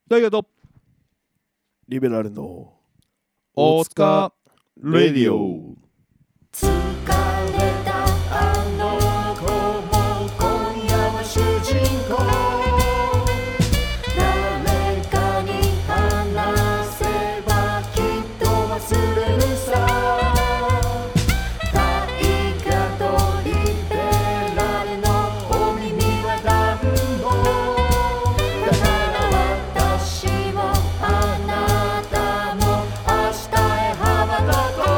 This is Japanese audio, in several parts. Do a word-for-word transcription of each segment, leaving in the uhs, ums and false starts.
大河とリベラルの大塚レディオ。 疲れたあの子も今夜は主人公。誰かに話せばきっと忘れるさ。大河とリベラルのお耳は暖房だから私もあなたも明日へ羽ばたこ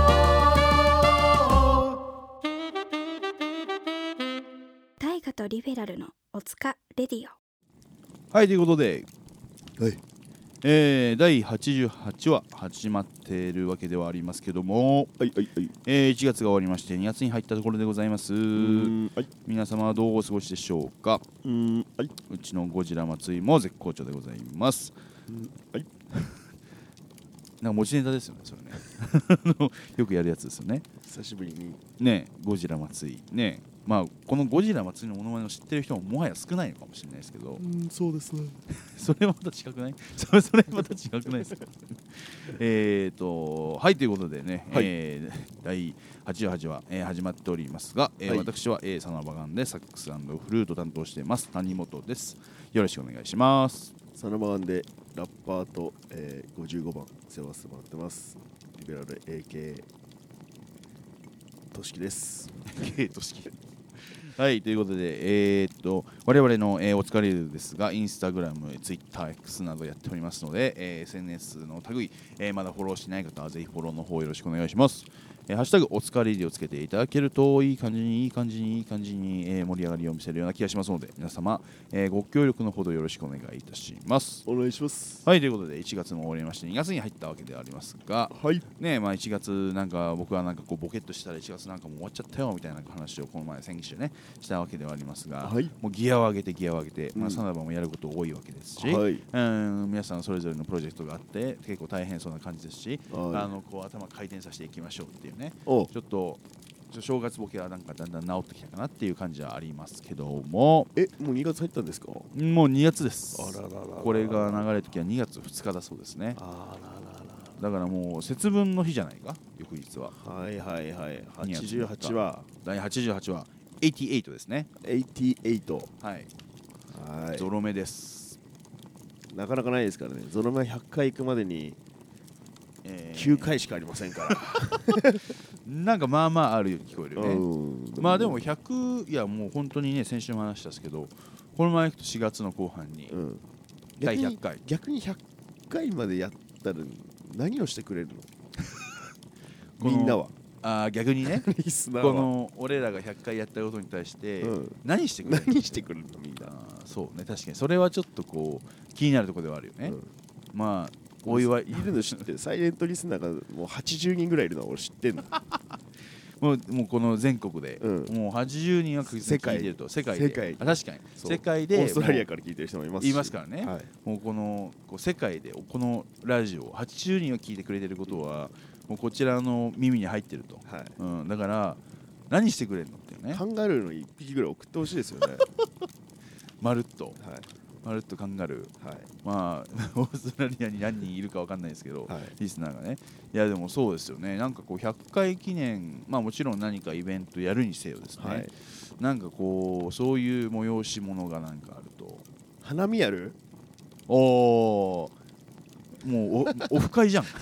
う。大河とリベラルのおつかレディオ。 はい、ということで、 はいえー、だいはちじゅうはちわ始まっているわけではありますけども、 はいはいはいえー、いちがつが終わりましてにがつに入ったところでございます。 はい皆様はどうお過ごしでしょうか。 うーんはいうちのゴジラ祭りも絶好調でございます。 はいなんか持ちネタですよね、それね。よくやるやつですよね。 久しぶりにねえ、ゴジラ祭りねえ、まあこのゴジラ祭りのモノマネを知ってる人ももはや少ないのかもしれないですけど、 うんそうですねそれまた近くない？それそれまた近くないですか？えっとはい、ということでね、 はいえー、だいはちじゅうはちわ、えー、始まっておりますが、えーはい私は、えー、サナバガンでサックス&フルート担当しています谷本です。よろしくお願いします。 サナバガンでラッパーと、えー、ごじゅうごばん背負わせてもらってますリベラル エーケー としきですゲート式はい、ということで、えー、っと我々の、えー、お疲れですが、インスタグラム、ツイッター、X などやっておりますので、えー、エスエヌエス の類、えー、まだフォローしない方はぜひフォローの方よろしくお願いします。えー、ハッシュタグお疲れをつけていただけるといい感じにいい感じにいい感じに、えー、盛り上がりを見せるような気がしますので、皆様、えー、ご協力のほどよろしくお願いいたします。 お願いしますはい、ということでいちがつも終わりましてにがつに入ったわけでありますが、 はいねえ、まあ、いちがつなんか僕はなんかこうボケっとしたらいちがつなんかもう終わっちゃったよみたいな話をこの前先週ねしたわけではありますが、 はいもうギアを上げてギアを上げて、まあ、 うんサナバもやること多いわけですし、 はいうん皆さんそれぞれのプロジェクトがあって結構大変そうな感じですし、 はいあのこう頭回転させていきましょうっていうね、 おちょっとちょっと正月ボケはなんかだんだん治ってきたかなっていう感じはありますけども、 えもうにがつ入ったんですかもうにがつです。 あららららこれが流れるときはにがつふつかだそうですね。 あららだからもう節分の日じゃないか、翌日は。 らはいはいはいはちじゅうはちにわだいはちじゅうはちわ、はちじゅうはちですね。 はちじゅうはちはい。 はいゾロ目です。 なかなかないですからねゾロ目ひゃっかい行くまでにえーきゅうかいしかありませんからなんかまあまああるように聞こえるよね。 うんまあでもひゃく、いやもう本当にね、先週も話したんですけど、このままいくとしがつの後半にうんだいひゃっかい。 逆にひゃっかいまでやったら何をしてくれるのこのみんなはあー逆にねリスナーこはの俺らがひゃっかいやったことに対してうん何してくれるの？ 何してくれるのみんな、 あーそうね、確かにそれはちょっとこう気になるところではあるよね。 うんまあお祝いいるの知ってるサイレントリスナーがもうはちじゅうにんぐらいいるのは俺知ってんのもうもうこの全国で、 うんもうはちじゅうにんは確実に聞いてると世界で世界あ確かにそう世界でオーストラリアもから聞いてる人もいますしう言いますからね、 はいもうこのこう世界でこのラジオをはちじゅうにんは聞いてくれてることはもうこちらの耳に入ってると、 はいうん、だから何してくれるのっていうね、 カンガルーのいっぴきぐらい送ってほしいですよねまるっとはいまるっとカンガルー、 はいまあオーストラリアに何人いるかわかんないですけど、 はいリスナーがね、いやでもそうですよね、なんかこうひゃっかい記念、まあもちろん何かイベントやるにせよですね、 はいなんかこうそういう催し物がなんかあると、 花見やるおーもうおオフ会じゃん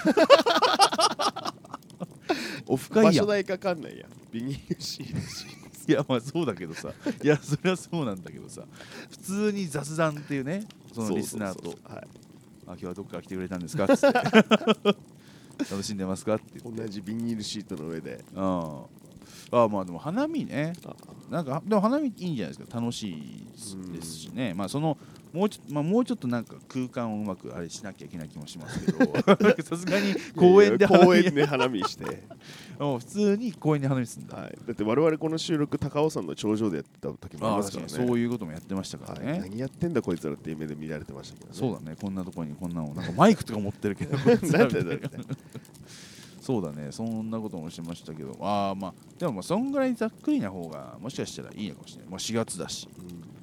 オフ会やん。 場所代かかんないやんビニールシールしいやまあそうだけどさ、いやそれはそうなんだけどさ、普通に雑談っていうね、そのリスナーとそうそうそうはいあ今日はどこから来てくれたんですかっつって楽しんでますかって言って、 同じビニールシートの上でああまあでも花見ね、 あなんかでも花見いいんじゃないですか、楽しいですしね、まあそのもうちょっと、まあ、もうちょっとなんか空間をうまくあれしなきゃいけない気もしますけどさすがに公園で花見公園で花見してもう普通に公園で花見するんだ、 はい、だって我々この収録高尾山の頂上でやった時もありああますからね確かにそういうこともやってましたからね、 はい、何やってんだこいつらっていう目で見られてましたけどねそうだね、こんなところにこんなのなんかマイクとか持ってるけどなんでだってそうだね、そんなこともしてましたけど、ああまあでもまあそんぐらいざっくりな方がもしかしたらいいのかもしれない、まあ、しがつだし、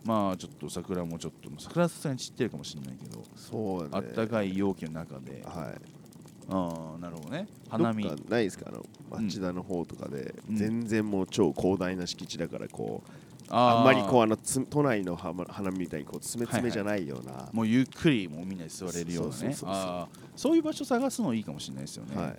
まあちょっと桜もちょっと桜はさすがに散ってるかもしれないけど、 そうね、 あったかい陽気の中で、 はい、 ああなるほどね。花見どっかないですか、あの町田の方とかで、 うん、 全然もう超広大な敷地だからこう、 あ, あんまりこうあのつ都内の花見みたいにこう詰め詰めじゃないような、はいはい、 もうゆっくりもうみんなで座れるようなね、そういう場所探すのいいかもしれないですよね、はい、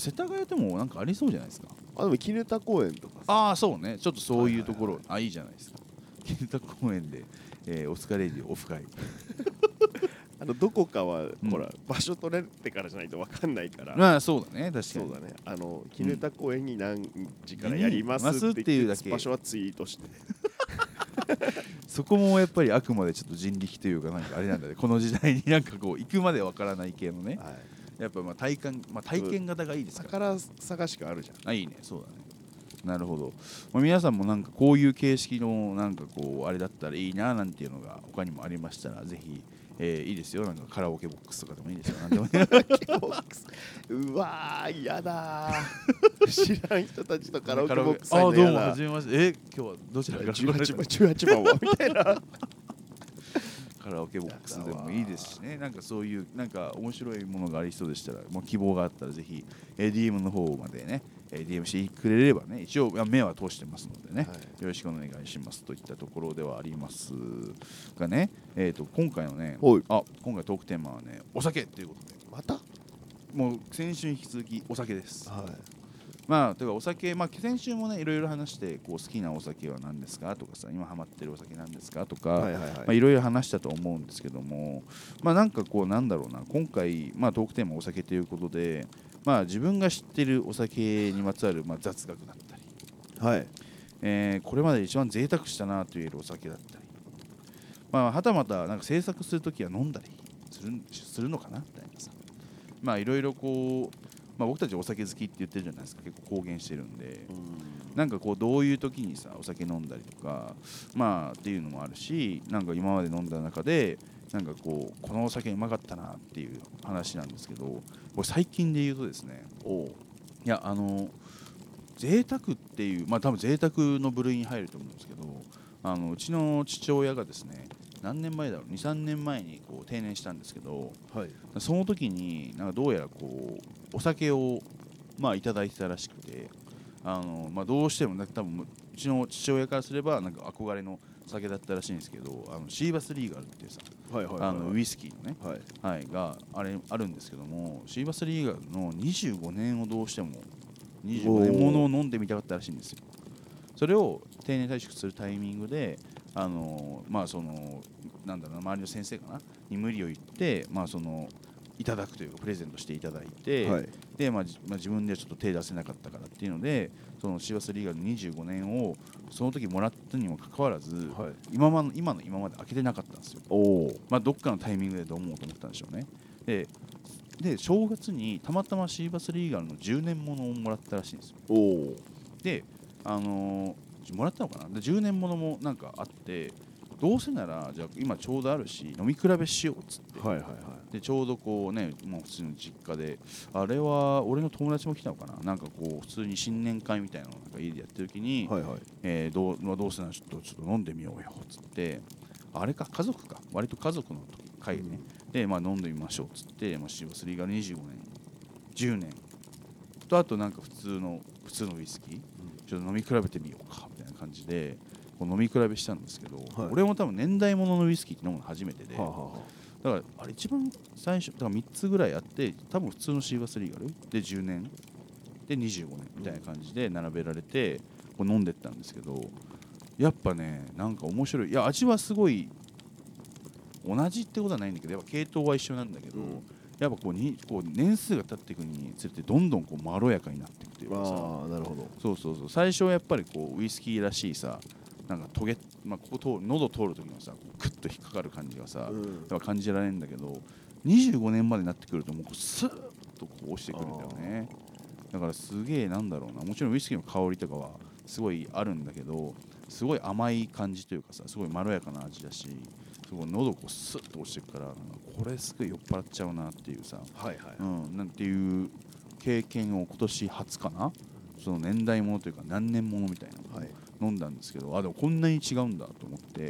世田谷でもなんかありそうじゃないですか。 あでも絹田公園とかああそうね、ちょっとそういうところ、はいはいはい、あいいじゃないですか。絹田公園で、えー、お疲れレディオフ会あのどこかは、うん、ほら場所取れてからじゃないと分かんないから、まあそうだね、確かにそうだね、あの絹田公園に何時からやりますっていう場所はツイートしてそこもやっぱりあくまでちょっと人力というかなんかあれなんだねこの時代になんかこう行くまでわからない系のね、はい、やっぱまあ体感、まあ、体験型がいいですから、 宝探しがあるじゃん。 あいいね、そうだね、なるほど、まあ、皆さんもなんかこういう形式のなんかこうあれだったらいいななんていうのが他にもありましたらぜひ、えー、いいですよ、なんかカラオケボックスとかでもいいですよ、なんでもいいうわーやだー知らん人たちとカラオケボックスああどうもはじめまして、え今日はどちらからじゅうはちばんじゅうはちばんはみたいなカラオケボックスでもいいですしね、なんかそういうなんか面白いものがありそうでしたら、もう希望があったらぜひ ディーエム の方までね ディーエム してくれればね、一応目は通してますのでね、はい、よろしくお願いしますといったところではありますがね、えーと今回のね、あ今回トークテーマはねお酒っていうことで、 またもう先週に引き続きお酒です。 はい、 まあ、というかお酒、まあ、先週もねいろいろ話してこう好きなお酒は何ですかとかさ、今ハマってるお酒なんですかとか、はいはいはい、まあ、いろいろ話したと思うんですけども、まあなんかこうなんだろうな、今回、まあ、トークテーマお酒ということで、まあ、自分が知ってるお酒にまつわる、まあ、雑学だったり、 はい、 えー、これまで一番贅沢したなと言えるお酒だったり、まあ、はたまたなんか制作するときは飲んだりする、するのかなみたいなさ、まあいろいろこう、まあ、僕たちお酒好きって言ってるじゃないですか、結構公言してるんで、うん、なんかこうどういう時にさお酒飲んだりとか、まあっていうのもあるし、なんか今まで飲んだ中でなんかこうこのお酒うまかったなっていう話なんですけど、これ最近で言うとですね、おいやあの贅沢っていう、まあ多分贅沢の部類に入ると思うんですけど、あのうちの父親がですね、何年前だろう、にさんねんまえにこう定年したんですけど、はい、その時になんかどうやらこうお酒をまあいただいてたらしくて、あの、まあ、どうしてもなんか多分うちの父親からすればなんか憧れの酒だったらしいんですけど、あのシーバスリーガルっていうさ、はいはいはいはい、あのウイスキーのね、はいはい、があれあるんですけども、シーバスリーガルのにじゅうごねんをどうしてもにじゅうごねんものを飲んでみたかったらしいんですよ。それを定年退職するタイミングで、あのまあそのなんだろうな、周りの先生かなに無理を言って、まあそのいただくというかプレゼントしていただいて、はい、でまあまあ、自分ではちょっと手出せなかったからっていうので、そのシーバスリーガルのにじゅうごねんをその時もらったにもかかわらず、はい、今まの今の今まで開けてなかったんですよ。お、まあ、どっかのタイミングでどう思うと思ったんでしょうね。でで正月にたまたまシーバスリーガルのじゅうねんものをもらったらしいんですよ。おで、あのー、もらったのかな、でじゅうねんものもなんかあって、どうせならじゃあ今ちょうどあるし飲み比べしようっつって、はいはいはい、でちょうどこうね、もう普通の実家で、あれは俺の友達も来たのかな、なんかこう普通に新年会みたいなのをなんか家でやってる時に、はいはい、えー、どう、まあ、どうせならちょっとちょっと飲んでみようよっつって、あれか家族か、割と家族の会でね、うん、でまあ飲んでみましょうっつって、まあ、シーバスリーガルにじゅうごねんじゅうねんと、あとなんか普通の普通のウイスキー、うん、ちょっと飲み比べてみようかみたいな感じでこう飲み比べしたんですけど、はい、俺も多分年代物のウイスキーって飲むの初めてで、はあはあ、だからあれ一番最初だからみっつぐらいあって、多分普通のシーバスリーガルでじゅうねんでにじゅうごねんみたいな感じで並べられてこう飲んでったんですけど、やっぱねなんか面白い、いや味はすごい同じってことはないんだけど、やっぱ系統は一緒なんだけど、うん、やっぱこうにこう年数が経っていくにつれてどんどんこうまろやかになっていくというかさ、 あ、なるほど、 そうそうそう、最初はやっぱりこうウイスキーらしいさ、なんかトゲ、まあ、ここ通る喉通る時のさクッと引っかかる感じがさ、うん、やっぱ感じられるんだけど、にじゅうごねんまでになってくるともうスーッとこう落ちてくるんだよね。だからすげえなんだろうな、もちろんウイスキーの香りとかはすごいあるんだけど、すごい甘い感じというかさ、すごいまろやかな味だし、すごい喉こうスッと落ちてくから、これすごい酔っ払っちゃうなっていうさ、はいはい、うん、なんていう経験を今年初かな、その年代物というか何年物みたいなのを飲んだんですけど、あでもこんなに違うんだと思って、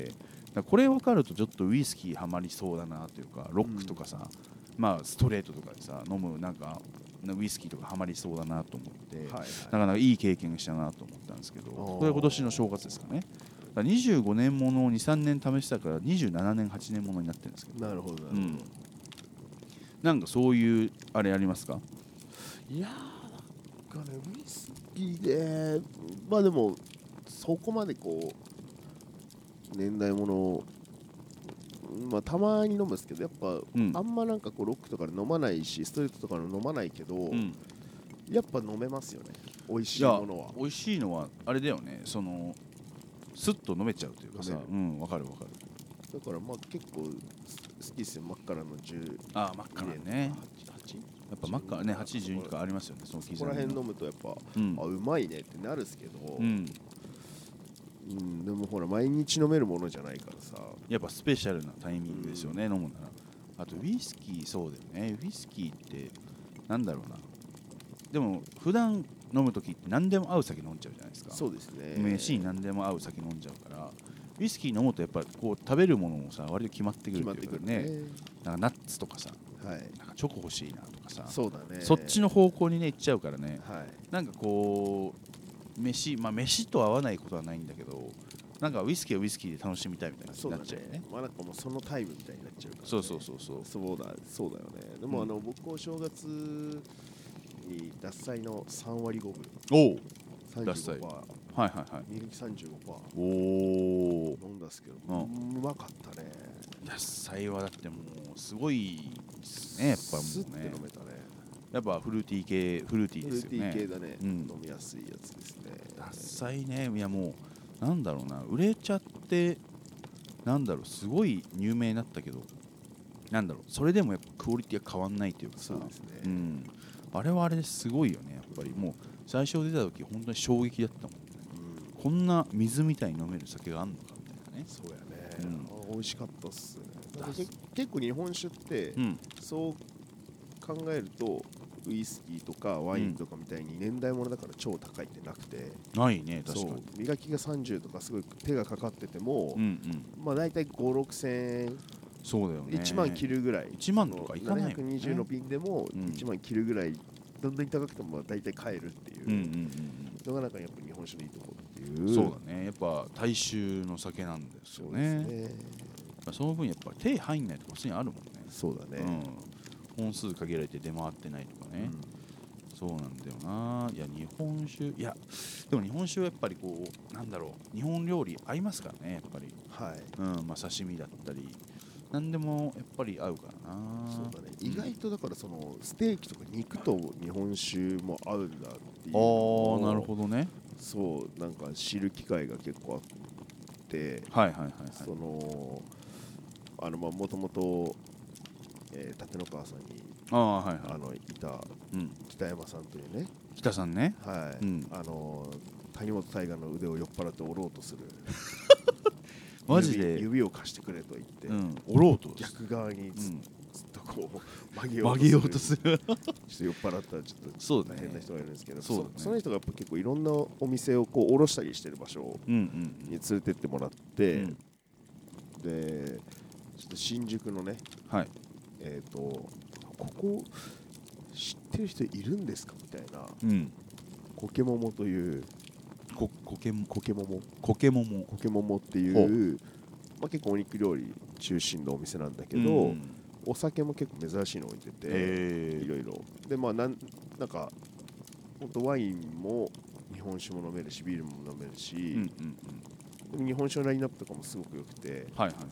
らこれ分かるとちょっとウイスキーハマりそうだなというかロックとかさ、うん、まあストレートとかでさ飲むなんかウイスキーとかハマりそうだなと思って、はいはい、なかなかいい経験したなと思ったんですけど、これは今年の正月ですかね。だからにじゅうごねんものをにさんねん試したからにじゅうななねんはちねんものになってるんですけど。 なるほどなるほど、うん、 なんかそういうあれありますか？ いやーなんかねウイスキーでまあでもそこまでこう年代ものまあたまに飲むんですけどやっぱ、うん、あんまなんかこうロックとかで飲まないしストレートとかで飲まないけど、うん、やっぱ飲めますよね美味しいものは。 美味しいのはあれだよねそのスッと飲めちゃうというかさ、うんわかるわかる。 だからまあ結構好きですよ。マッカラのじゅうああマッカラねやっぱマッカラねはちじゅうにとかありますよね。そのそこら辺飲むとやっぱ、うん、あうまいねってなるんですけど、うんうん、でもほら毎日飲めるものじゃないからさやっぱスペシャルなタイミングですよね、うん、飲むなら。あとウイスキーそうだよね。ウイスキーってなんだろうなでも普段飲むときって何でも合う酒飲んじゃうじゃないですか。 そうですね。 飯に何でも合う酒飲んじゃうからウイスキー飲むとやっぱこう食べるものもさ割と決まってくるっていうかね。なんかナッツとかさ、はい、なんかチョコ欲しいなとかさそうだねそっちの方向にね行っちゃうからね、はい、なんかこう飯まあ飯と合わないことはないんだけどなんかウイスキーはウイスキーで楽しみたいみたいな感じになっちゃうよね。 ねまあなんかもうそのタイムみたいになっちゃうから、ね、 そうそうそうそうそうだそうだよね。でもあの、うん、僕お正月に獺祭のさんわりごぶおお獺祭はいはいはいミルキ さんじゅうごパーセントおお飲んだんですけど、うん、うまかったね。 獺祭はだってもうすごいですねやっぱもうねスッて飲めたね。 やっぱフルーティー系フルーティーですよね。 フルーティー系だね、うん、飲みやすいやつですね。 獺祭ねいやもうなんだろうな売れちゃってなんだろうすごい有名になったけどなんだろうそれでもやっぱクオリティが変わんないというかさそうですね、 うん、あれはあれですごいよねやっぱり。もう最初出た時本当に衝撃だったもんね、うん、こんな水みたいに飲める酒があるのかみたいなね。 そうやね、うん、美味しかったっすね。結構日本酒って、うん、そう考えるとウイスキーとかワインとかみたいに年代物だから超高いってなくて、 うん、ないね確かに。 磨きがさんじゅうとかすごい手がかかってても、うんうん、まあ大体ご、ろくせんえんそうだよねいちまん切るぐらいいちまんとかいかないよね。 ななひゃくにじゅうの瓶でもいちまん切るぐらい、うん、どんどん高くても大体買えるっていう、うんうんうん、のがなんかやっぱ日本酒のいいところっていう。 そうだねやっぱ大衆の酒なんですよね。そうですね。その分やっぱ手入んないとか普通にあるもんね。 そうだね、 うん、本数限られて出回ってないとかね、うん、そうなんだよな。いや日本酒いやでも日本酒はやっぱりこうなんだろう日本料理合いますからねやっぱり、はいうんまあ、刺身だったり何でもやっぱり合うからな。 そうだね、意外とだからそのステーキとか肉と日本酒も合うんだっていうのああなるほどね。 そうなんか知る機会が結構あってはいはいはい、はい、 そのあのまあもともと立野川さんにあ、はいはい、 あのいた北山さんというね、 北さんねはい、うん、あの谷本大河の腕を酔っ払って折ろうとするマジで指, 指を貸してくれと言って、うん、 折ろうと逆側にず,、うん、ずっとこう曲げようとするちょっと酔っ払ったらちょっとそう、ね、変な人がいるんですけど そ, う、ね、そ, その人がやっぱ結構いろんなお店をこう下ろしたりしてる場所に連れてってもらって、うんうん、でちょっと新宿のね、はい、えっ、ー、とここ知ってる人いるんですかみたいな、うん、コケモモというこコケモコケモモコケモモコケモモっていう、まあ、結構お肉料理中心のお店なんだけど、うん、お酒も結構珍しいの置いてて、いろいろでまあなんなんか本当ワインも日本酒も飲めるしビールも飲めるし、うんうんうん、日本酒のラインナップとかもすごく良くて、はいはいはい、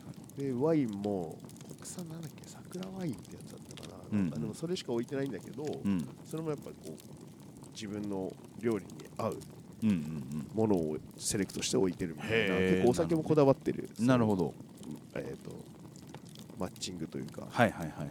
でワインも国産なんだっけ桜ワインってやつだったかな、うん、なんかでもそれしか置いてないんだけど、うん、それもやっぱりこう自分の料理に合うものをセレクトして置いてるみたいな、結構お酒もこだわってる。 なるほど。 えっとマッチングというか、 はいはいはいはい。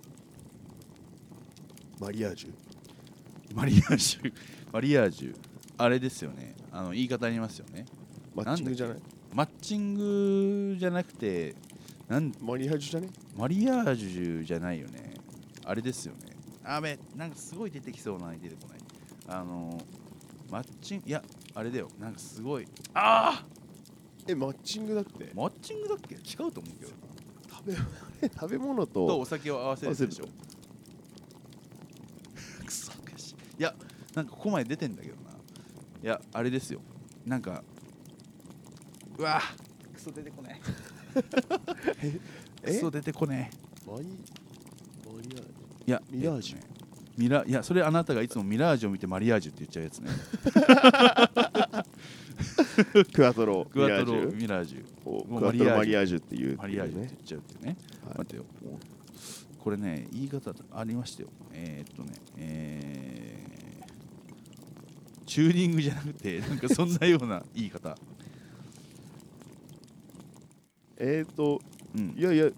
マリアージュ、 マリアージュ、マリアージュ、あれですよね。あの言い方ありますよね。 マッチングじゃない？ マッチングじゃなくて、なんマリアージュじゃね？ マリアージュじゃないよね。あれですよね。あべ、なんかすごい出てきそうなのに出てこない。あのマッチングいやあれだよ。なんかすごいああえマッチングだってマッチングだっけ？違うと思うけど食べ食べ物ととお酒を合わせるでしょ。くそ悔しい。いやなんかここまで出てんだけどな。いやあれですよ。なんかうわクソ出てこねえ。クソ出てこねえ。 マリマリアージュいやミラージュ、 えっとねミラいやそれあなたがいつもミラージュを見てマリアージュって言っちゃうやつね。 クワトロクワトロミラージュミラージュをもうクワトロマリアージュっていうマリアージュってね言っちゃうっていうね。 はい待ってよ。これね言い方ありましたよ。えー、っとねえー、チューニングじゃなくてなんかそんなような言い方。 えーとうんいやいや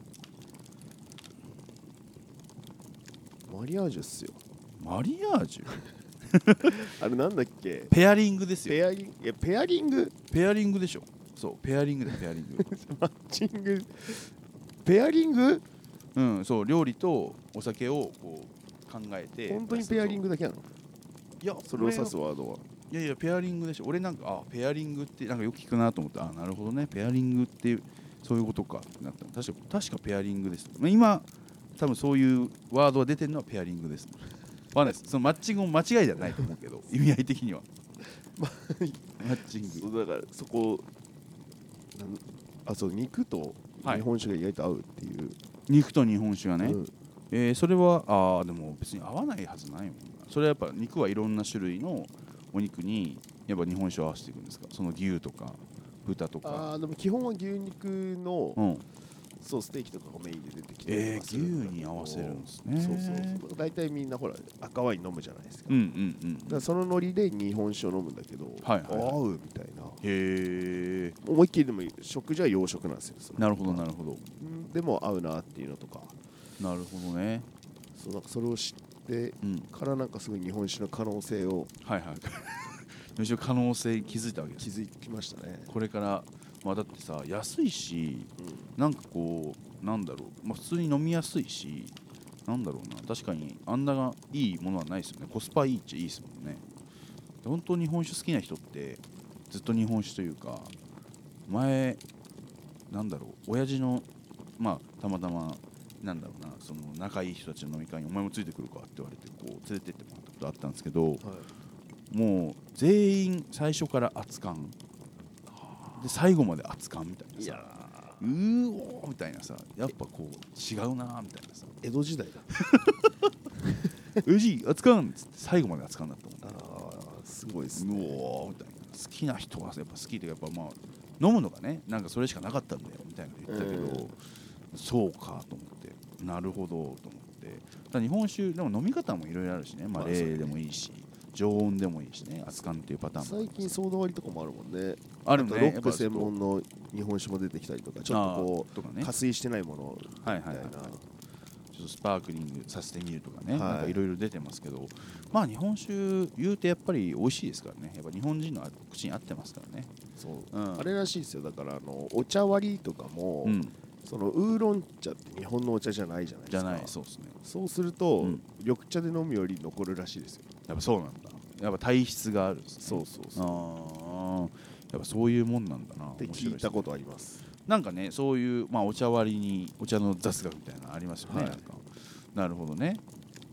マリアージュっすよ。 マリアージュあれなんだっけペアリングですよ。 ペアリングいやペアリングペアリングでしょ。そうペアリングでペアリング。 マッチングペアリングうんそう料理とお酒をこう考えて。 本当にペアリングだけなの？ いやそれを指すワードは。 いやいやペアリングでしょ。俺なんかあペアリングってなんかよく聞くなと思ってあなるほどねペアリングってそういうことかってなった。確か確かペアリングです。まあ、今多分そういうワードが出てるのはペアリングです、ね。わかんないです。そのマッチングも間違いじゃないと思うけど意味合い的には。マッチング。 そうだからそこなんあそう肉と日本酒が意外と合うっていう。 肉と日本酒がね。 うんえー、それはああでも別に合わないはずないもんな。それはやっぱ肉はいろんな種類のお肉にやっぱ日本酒を合わせていくんですか。その牛とか豚とか。 ああでも基本は牛肉の、 うん。 そうステーキとかがメインで出てきてえー、 まするんだけど牛に合わせるんですね。 そうそうそう大体みんなほら赤ワイン飲むじゃないですか、 うんうんうん。 だからそのノリで日本酒を飲むんだけど、 はいはいはい合うみたいなへえ。 思いっきりでも食事は洋食なんですよそれなるほどなるほど。 うんでも合うなっていうのとかなるほどね。 そうなんかそれを知ってうん。 からなんかすごい日本酒の可能性をはいはい。むしろ可能性気づいたわけです。 気づきましたね、 これからまあだってさ安いしうんなんかこうなんだろう、まあ、普通に飲みやすいしなんだろうな確かにあんながいいものはないですよね。コスパいいっちゃいいですもんね。本当日本酒好きな人ってずっと日本酒というか前なんだろう親父のまあたまたまなんだろうなその仲いい人たちの飲み会にお前もついてくるかって言われてこう連れてってもらったことあったんですけど、 はいもう全員最初から熱燗で最後まで熱燗みたいないやさうーおーみたいなさやっぱこう違うなみたいなさ江戸時代だうじ熱燗っつって最後まで熱燗だったもんね。 あーすごいですうねおーみたいな好きな人はやっぱ好きでやっぱまあ飲むのがねなんかそれしかなかったんだよみたいなの言ったけど、 うんそうかと思ってなるほどと思ってただ日本酒でも飲み方もいろいろあるしね、まあ、 まあそうね冷でもいいし常温でもいいしね熱燗っていうパターンもあり最ます近ソーダ割りとかもあるもんねあるねあとロック専門の日本酒も出てきたりとかちょっとことかねう加水してないものみたいな、 はいはいはいはいちょっとスパークリングさせてみるとかね、 はいなんかいろいろ出てますけどまあ日本酒言うてやっぱり美味しいですからねやっぱ日本人の口に合ってますからね。 そう、 うんあれらしいですよだからあのお茶割りとかも、 うんそのウーロン茶って日本のお茶じゃないじゃないですかじゃないそうですねそうすると、 うん緑茶で飲むより残るらしいですよやっぱそうなんだやっぱ体質があるんですねそうそうそうああやっぱそういうもんなんだなって面白ですね聞いたことありますなんかねそういう、まあ、お茶割りにお茶の雑学みたいなのありますよね、 はいなんかなるほどね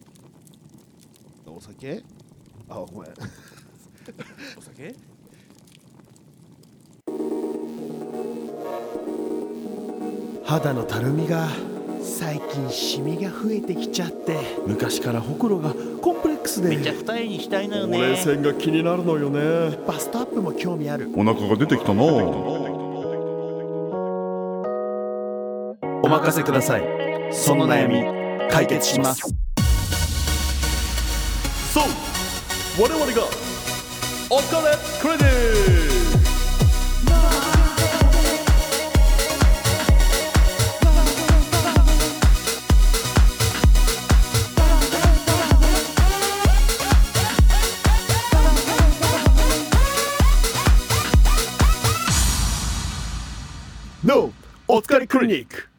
お酒あごめんお酒肌のたるみが最近シミが増えてきちゃって昔からほくろがコンプレックスでめっちゃ二重にしたいのよほうれいね。 線が気になるのよねバストアップも興味あるお腹が出てきたなお任せくださいその悩み解決しますそう我々がお金クレディノーお疲れクリニック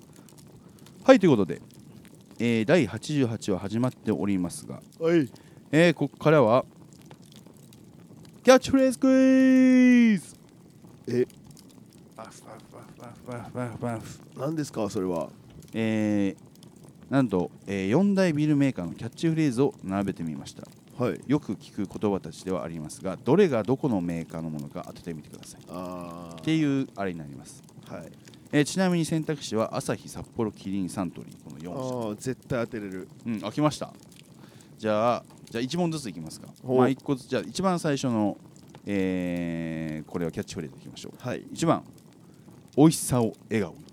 はいということで、えー、だいはちじゅうはち話始まっておりますが、 はいえー、ここからはキャッチフレーズクイズ。 えバフバフバフバフバフバフバフ。 何ですかそれは。 えー、なんと、えー、よん大ビールメーカーのキャッチフレーズを並べてみました。 はい。 よく聞く言葉たちではありますが、どれがどこのメーカーのものか当ててみてくださいあっていうあれになります。 あ。はい。 えー、ちなみに選択肢はアサヒ、札幌、キリン、サントリー、このよん社。 ああ、絶対当てれる。 うん、開きました。じゃあ、じゃあいち問ずついきますか。 ほうまあいっこずつ、じゃあ一番最初の、えー、これはキャッチフレーズいきましょう。 はい。 いちばん、美味しさを笑顔に。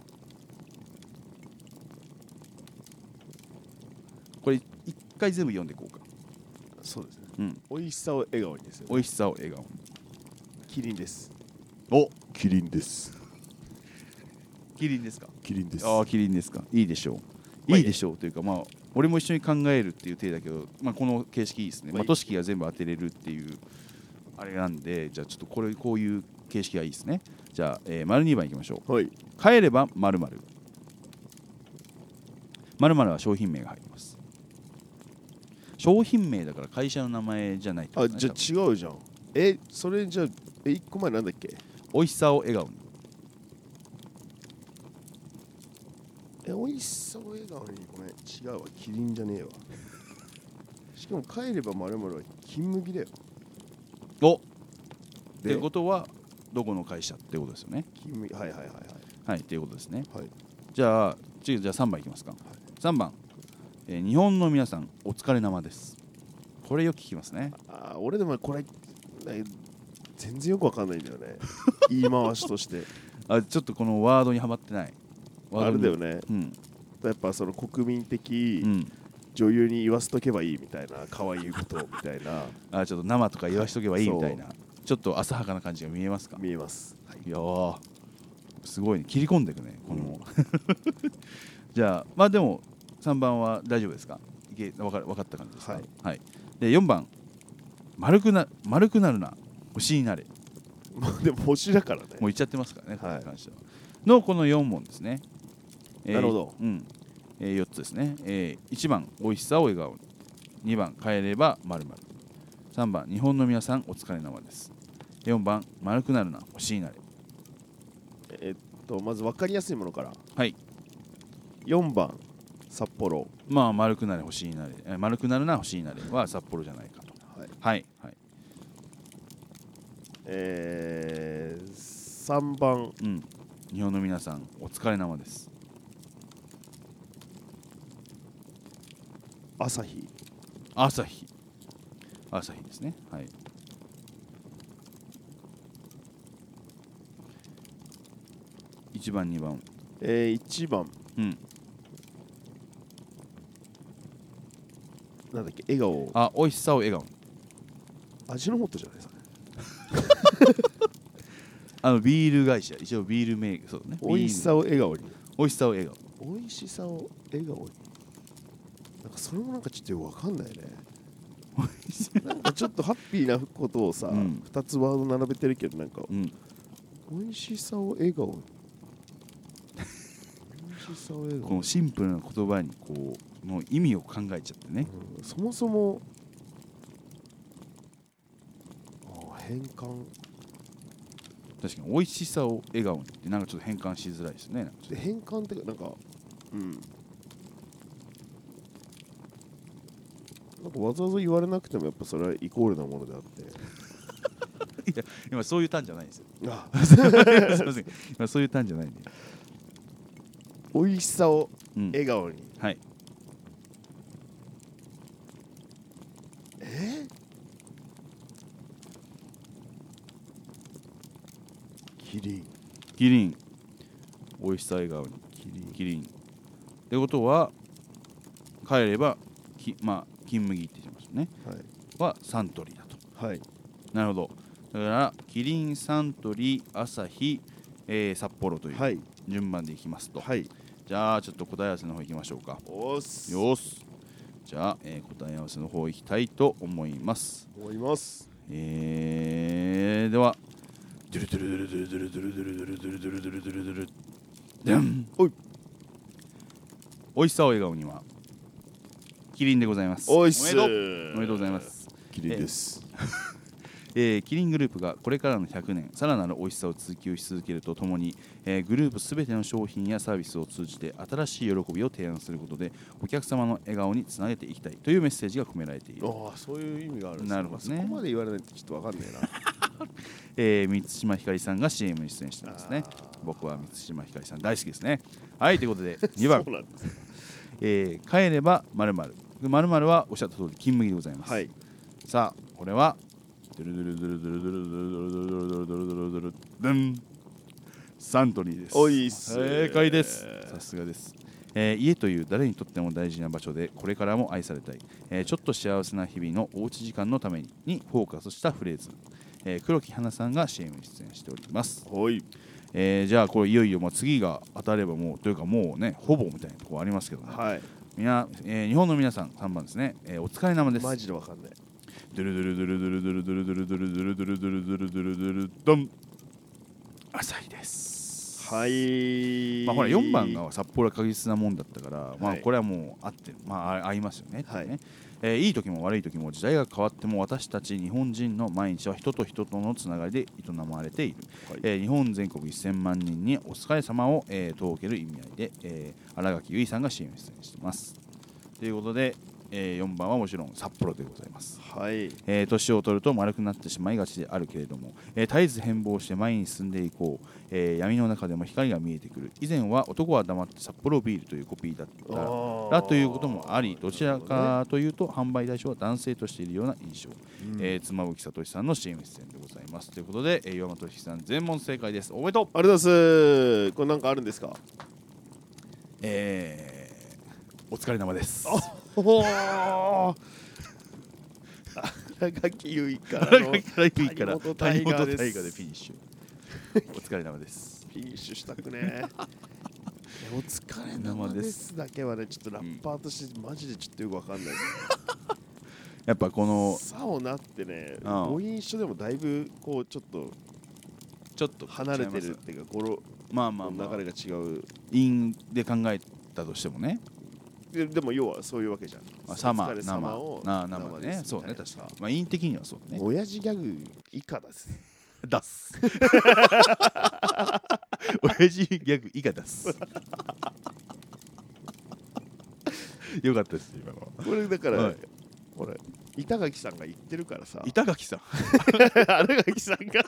これいっかい全部読んでいこうか。 そうですね。 うん、 美味しさを笑顔にですよ、ね。 美味しさを笑顔に。 キリンです。 お、 キリンです。 キリンですか。 キリンです。 ああ、キリンですか。いいでしょう。 まあいいでしょうというか、まあ俺も一緒に考えるっていう体だけど、まあ、この形式いいですね。まあ、都市が全部当てれるっていうあれなんで、じゃあちょっとこれこういう形式がいいですね。じゃあ、えー、丸にばんいきましょう。 はい。 帰れば〇〇。〇〇は商品名が入ります。商品名だから会社の名前じゃないってこあ、 とね。 じゃあ違うじゃん。え、それじゃあ、え、いっこまえなんだっけ。 美味しさを笑顔に。 え、美味しさを笑顔に。ごめん、違うわ。キリンじゃねえわ。しかも帰ればまるまるは金麦だよ。 おっでてことはどこの会社ってことですよね。 金麦、はいはいはいはい。 はい、っていうことですね。 はい。 じゃあ次、じゃあさんばんいきますか。さんばん、えー日本の皆さんお疲れ様です。これよく聞きますね。 あー、俺でもこれ、ね全然よくわかんないんだよね。言い回しとして。 あ、ちょっとこのワードにはまってない。ワーあドにれだよね。 うんやっぱその国民的うん女優に言わせとけばいいみたいな、可愛いことみたいな、 あ、ちょっと生とか言わしとけばいいみたいな、ちょっと浅はかな感じが見えますか。 見えます。 いやーすごいね、切り込んでいくねこの、じゃあまあでもさんばんは大丈夫ですか。いけ分か分かった感じですか。 はい、 はい、でよんばん、丸くな丸くなるな星になれ。 まあでも星だからね。 もう言っちゃってますからね、これはいに関しては。のこのよん問ですね。えーなるほど。 うんえー、よっつですね。えー、いちばん、美味しさを笑顔に。にばん、帰れば〇〇。さんばん、日本の皆さんお疲れ様です。よんばん、丸くなるな星になれ。 えっとまず分かりやすいものから。 はい。 よんばん、札幌。 まあ、丸くなれ星になれ、えー、丸くなるな星になれは札幌じゃないかと。 はい。 はい。はい。 えー、さんばん、 うん。日本の皆さんお疲れ様です。 朝日。 朝日。朝日ですね。はい。いちばん、にばん。 えー、いちばん、 うん。 なんだっけ、笑顔。 あ、美味しさを笑顔に。 味の素じゃないですかね。 あのビール会社、一応ビールメーカー、そうね。 美味しさを笑顔に。 美味しさを笑顔。 美味しさを笑顔に。なんかそれもなんかちょっとよくわかんないね。なんかちょっとハッピーなことをさ、 うんふたつワード並べてるけど、なんかうん。 美味しさを笑顔に。美味しさを笑顔に。 このシンプルな言葉にこうの意味を考えちゃってね。 うん、そもそもああ変換確かに美味しさを笑顔にってなんかちょっと変換しづらいですね。なんかちょっで変換ってかなんかうんなんかわざわざ言われなくてもやっぱそれはイコールなものであってといや今そういうターンじゃないんですよ。 あすいません。今そういうターンじゃないんで。 美味しさをうん。 笑顔に、 はい。 えキリンキリン。美味しさ笑顔に。 キリンキリン。ってことは帰ればきまあ金麦って言ってましたね。 はいはサントリーだと。 はいなるほど。だからキリン、サントリー、アサヒ、えー、札幌というはい順番でいきますと。 はいじゃあちょっと答え合わせの方いきましょうか。 おっすよーし。じゃあ、えー答え合わせの方いきたいと思います。 思いますえー、では、ドゥルドゥルドゥルドゥルドゥルドゥルドゥルドゥルドゥルドゥルドゥルドゥルでん。 おいおいしさを笑顔にはキリンでございます。 おいっすおめでとうおめでとうございます。 キリンです。 えー、キリングループがこれからのひゃくねんさらなる美味しさを追求し続けるとともに、えー、グループすべての商品やサービスを通じて新しい喜びを提案することでお客様の笑顔につなげていきたいというメッセージが込められている。 ああ、そういう意味があるんですね。 なるほどね。 そこまで言われないとちょっと分かんないな。 えー、満島ひかりさんが シーエム に出演してますね。僕は満島ひかりさん大好きですね。はい、ということでにばんそうなんです、 えー、帰れば〇〇〇〇はおっしゃった通り金麦でございます。 はい、 さあこれはドゥルドゥルドゥルドゥルドゥルドゥルドゥルドゥルドゥルドゥルドゥルドゥルドゥルドゥンサントリーです。 おいっす。 正解です。さすがです。えー、家という誰にとっても大事な場所でこれからも愛されたい、えー、ちょっと幸せな日々のおうち時間のためににフォーカスしたフレーズ、えー、黒木華さんが シーエム に出演しております。 はい、 えー、じゃあこれいよいよもう次が当たればもうというかもうねほぼみたいなところありますけどね、 はい、 みな、えー、日本の皆さんさんばんですね、えー、お疲れ様です。 マジでわかんない。 ドゥルドゥルドゥルドゥルドゥルドゥルドゥルドゥルドゥルドゥルドゥルドゥルドゥルドゥルドン朝日です。 はい、 まあほらよんばんが札幌は確実なもんだったから、まあはい、 これはもうあってまあ合いますよね。 はい、 ね、えー、いい時も悪い時も時代が変わっても私たち日本人の毎日は人と人とのつながりで営まれている、はい、えー、日本全国せんまんにんにお疲れ様を、えー、届ける意味合いで、えー、新垣結衣さんが シーエム 出演しています。ということで、えー、よんばんはもちろん札幌でございます。 はい、 えー、年を取ると丸くなってしまいがちであるけれども、えー、絶えず変貌して前に進んでいこう、えー、闇の中でも光が見えてくる。以前は男は黙って札幌ビールというコピーだったらということもあり、どちらかというと販売対象は男性としているような印象、うん、えー、妻夫木聡さんの シーエム 出演でございます。ということで、えー、岩本ひさん全問正解です。おめでとう。 ありがとうございます。これなんかあるんですか？ えー、お疲れ様です。 おお新垣結衣からの谷本大河でフィニッシュお疲れ様です。 フィニッシュしたくねお疲れ様ですだけはね、ちょっとラッパーとしてマジでちょっとよくわかんないです、ね、 やっぱこのさをなってね、母音一緒でもだいぶこうちょっとちょっと離れてるっていうか、語呂まあまあまあ流れが違う韻で考えたとしてもね、 で, でも要はそういうわけじゃん。 まあ、サマー生をな生でね、そうね、確かまあ韻的にはそうね。 親父ギャグ以下です出す親父ギャグ以下出すよかったです今の。 これだから、 はい、 これ板垣さんが言ってるからさ。 板垣さん新垣さんが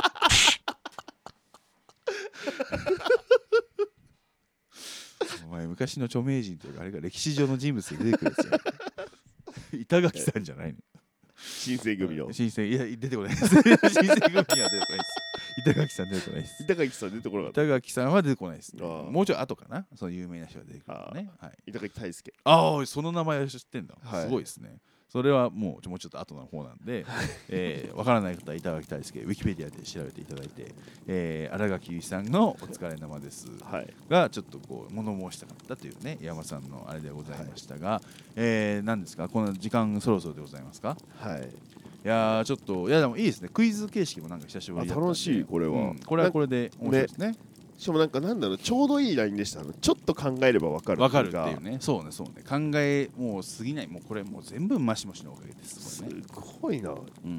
お前昔の著名人というかあれが歴史上の人物で出てくるんですよ板垣さんじゃないの。 新選組の新選いや出てこないです新選組には出てこないです。板垣さん出てこないです。 板垣さん出てこなかった。 板垣さんは出てこないです、ね、もうちょい後かな、その有名な人が出てくるのね、はい、 板垣大輔。 ああその名前知ってんだ、 はい、 すごいですね。それはもう、もうちょっと後の方なんで、えー、分からない方は板垣大輔ウィキペディアで調べていただいて、えー、新垣結衣さんのお疲れ様ですがちょっとこう物申したかったというね山さんのあれでございましたが、はい、えー、何ですかこの時間そろそろでございますか。 はい、 いやーちょっといやでもいいですね。クイズ形式もなんか久しぶりだったんで楽しいこれは、うん、 これはこれで面白いですね。 しかもなんかなんだろうちょうどいいラインでした。ちょっと考えれば分かる分かるっていうね。そうねそうね考えもう過ぎない。もうこれもう全部マシモシのおかげです。これね、 すごいな、うん、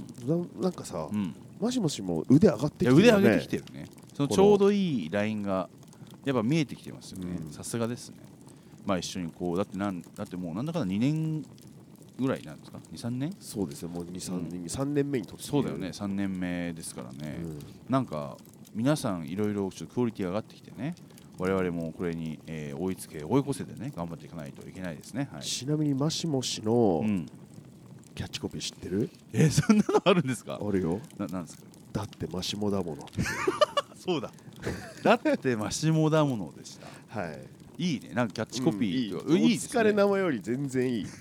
な, なんかさ、うん、マシモシも腕上がってきてるよね。 腕上げてきてるね。そのちょうどいいラインがやっぱ見えてきてますよね。さすがですね。まあ一緒にこうだってなんだってもうなんだかんだにねんぐらいなんですか にさんねん。 そうですよもうにさんねん、うん、さんねんめに突入。 そうだよねさんねんめですからね、うん、なんか皆さんいろいろちょっとクオリティ上がってきてね我々もこれに、えー、追いつけ追い越せてね頑張っていかないといけないですね、はい、 ちなみにマシモシの、うん、キャッチコピー知ってる？ えー、そんなのあるんですか？ あるよ。 ななんですか？ だってマシモだものそうだだってマシモだものでした。 はいいいねなんかキャッチコピー、 うん、いい、いいですね、お疲れ生より全然いい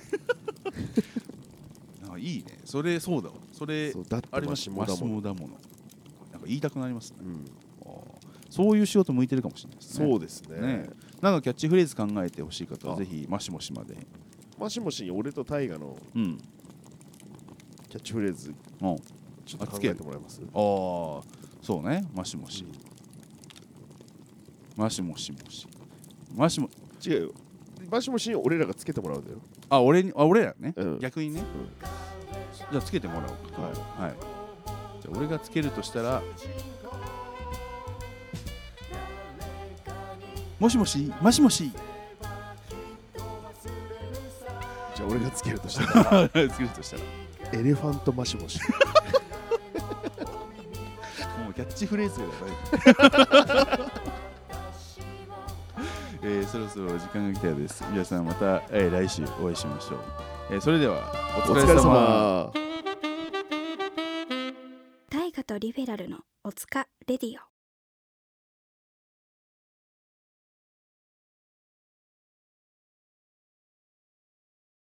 なんかいいねそれそうだわそれそうだってマシモだものなんか言いたくなりますね、うん、そういう仕事向いてるかもしれないですね。 そうです ね, ねなんかキャッチフレーズ考えてほしい方はぜひマシモシまで。 マシモシに俺とタイガのキャッチフレーズ、うん、ちょっと考えてもらえます？ ああそうねマシモシ、うん、マシモシモシマシモ違うよマシモシに俺らがつけてもらうんだよ。 あ俺にあ俺らね、 うん、 逆にね、 うん、 じゃあつけてもらおう。 はい、 はい、じゃあ俺がつけるとしたら、もしもしもしもしじゃあ俺がつけるとしたらつけるとしたらエレファントマシモシもうキャッチフレーズがやばいえー、そろそろ時間が来たようです。皆さんまた、えー、来週お会いしましょう。えー、それではおお疲れ様。 疲れ様。 大河とリベラルのおつかレディオ。